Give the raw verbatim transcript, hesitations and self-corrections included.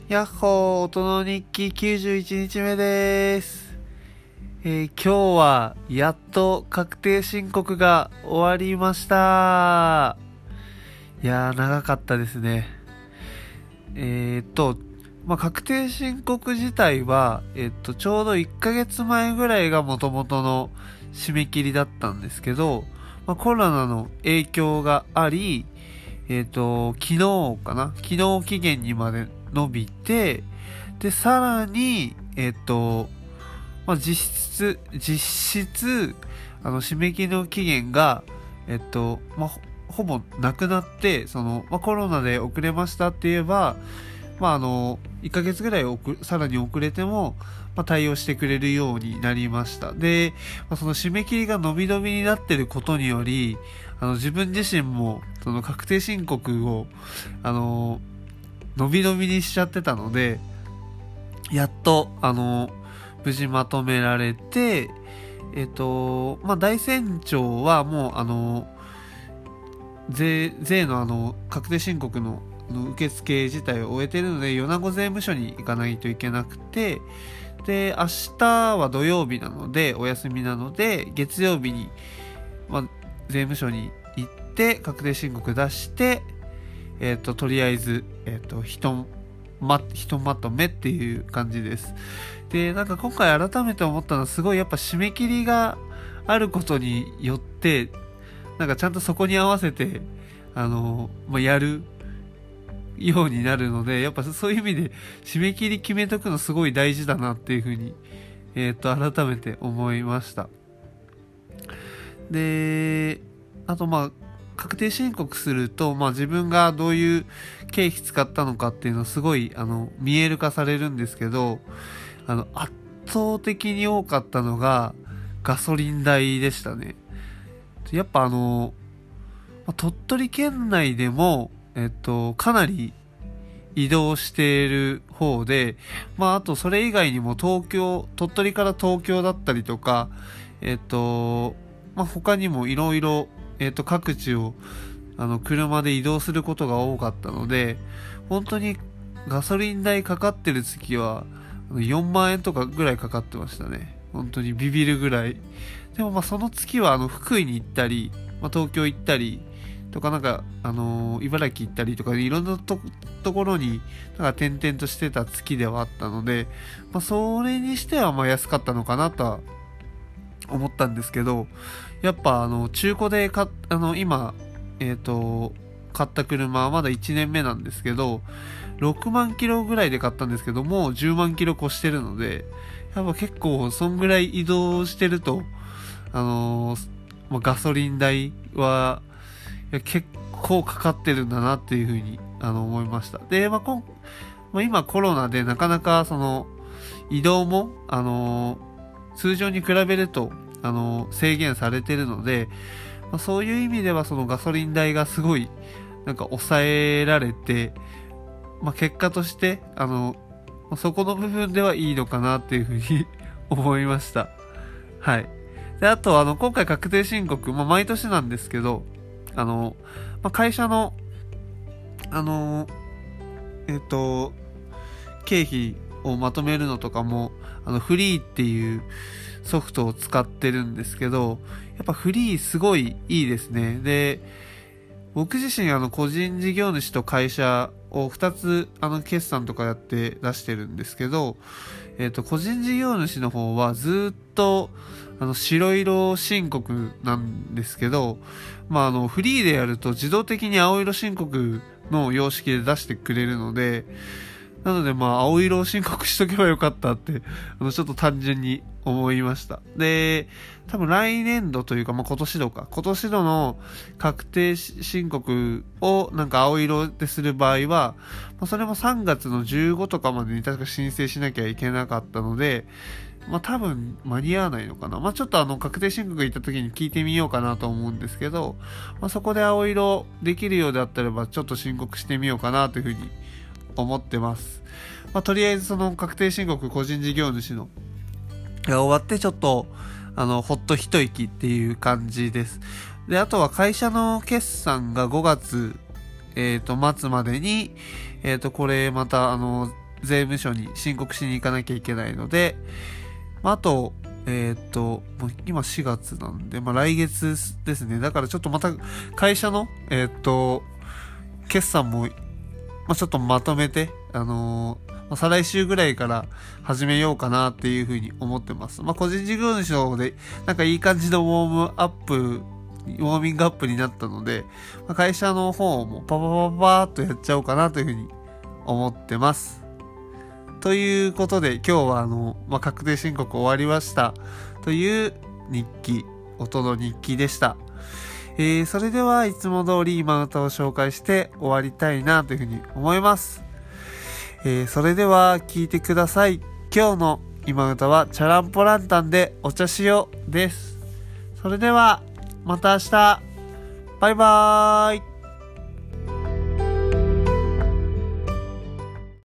やっほー、音の日記きゅうじゅういちにちめです。えー、今日はやっと確定申告が終わりました。いやー、長かったですね。えーっと、まあ、確定申告自体は、えっと、ちょうどいっかげつまえぐらいが元々の締め切りだったんですけど、まあ、コロナの影響があり、えっと、昨日かな昨日期限にまで伸びて、で、さらに、えっと、まあ、実質、実質、あの、締め切りの期限が、えっと、まあ、ほほぼなくなって、その、まあ、コロナで遅れましたって言えば、まあ、あの、いっかげつぐらい遅さらに遅れても、まあ、対応してくれるようになりました。で、まあ、その締め切りが伸び伸びになってることにより、あの、自分自身も、その確定申告を、あの、伸び伸びにしちゃってたので、やっと、あの、無事まとめられて、えっと、まあ、大船長はもう、あの、税、税のあの、確定申告の受付自体を終えているので、米子税務署に行かないといけなくて、で、明日は土曜日なので、お休みなので、月曜日に、まあ、税務署に行って、確定申告出して、えっと、とりあえず、えっと、ひとま、ひとまとめっていう感じです。で、なんか今回改めて思ったのは、すごいやっぱ締め切りがあることによって、なんかちゃんとそこに合わせて、あの、まあ、やるようになるので、やっぱそういう意味で締め切り決めとくのすごい大事だなっていうふうに、えっと、改めて思いました。で、あとまあ、確定申告すると、まあ自分がどういう経費使ったのかっていうのすごい、あの、見える化されるんですけど、あの、圧倒的に多かったのがガソリン代でしたね。やっぱあの、鳥取県内でも、えっと、かなり移動している方で、まああとそれ以外にも東京、鳥取から東京だったりとか、えっと、まあ他にもいろいろ、えっと、各地を、あの、車で移動することが多かったので、本当にガソリン代かかってる月は、よんまんえんとかぐらいかかってましたね。本当にビビるぐらい。でもまあその月は、あの、福井に行ったり、まあ東京行ったり、とかなんか、あのー、茨城行ったりとか、いろんなと、ところに、なんか点々としてた月ではあったので、まあそれにしてはまあ安かったのかなとは思ったんですけど、やっぱあの、中古で買っ、あの、今、えっと、買った車はまだいちねんめなんですけど、ろくまんキロぐらいで買ったんですけども、じゅうまんキロ越してるので、やっぱ結構そんぐらい移動してると、あのーまあ、ガソリン代は、いや結構かかってるんだなっていうふうに、あの、思いました。で、まあ、こんまあ、今コロナでなかなかその、移動も、あのー通常に比べると、あのー制限されてるので、まあ、そういう意味ではそのガソリン代がすごい、なんか抑えられて、まあ、結果として、あの、そこの部分ではいいのかなっていうふうに思いました。はい。で、あと、あの、今回確定申告、まあ、毎年なんですけど、あの、まあ、会社の、あの、えっと、経費をまとめるのとかも、あの、フリーっていうソフトを使ってるんですけど、やっぱフリーすごいいいですね。で、僕自身あの個人事業主と会社をふたつあの決算とかやって出してるんですけど、えっと、個人事業主の方はずっとあの白色申告なんですけど、まああのフリーでやると自動的に青色申告の様式で出してくれるので、なのでまあ青色を申告しとけばよかったって、あのちょっと単純に思いました。で、多分来年度というか、まあ今年度か。今年度の確定申告をなんか青色でする場合は、まあ、それもさんがつのじゅうごとかまでに確か申請しなきゃいけなかったので、まあ多分間に合わないのかな。まあちょっとあの確定申告行った時に聞いてみようかなと思うんですけど、まあそこで青色できるようであったらばちょっと申告してみようかなというふうに思ってます。まあ、とりあえずその確定申告個人事業主のが終わってちょっとあのほっと一息っていう感じです。で、あとは会社の決算がごがつ、えっと末までにえっとこれまたあの税務署に申告しに行かなきゃいけないので、まあ、あと、えーっと、もう今しがつなんで、まあ、来月ですね。だからちょっとまた会社の、えーっと、決算も、まあ、ちょっとまとめて、あのーまあ、再来週ぐらいから始めようかなっていうふうに思ってます。まあ、個人事業主で、なんかいい感じのウォームアップ、ウォーミングアップになったので、まあ、会社の方もパパパパパーっとやっちゃおうかなというふうに思ってます。ということで、今日はあの、まあ、確定申告終わりましたという日記、音の日記でした。えー、それではいつも通り今歌を紹介して終わりたいなというふうに思います。えー、それでは聞いてください。今日の今歌はチャランポランタンでお茶しようです。それではまた明日。バイバーイ。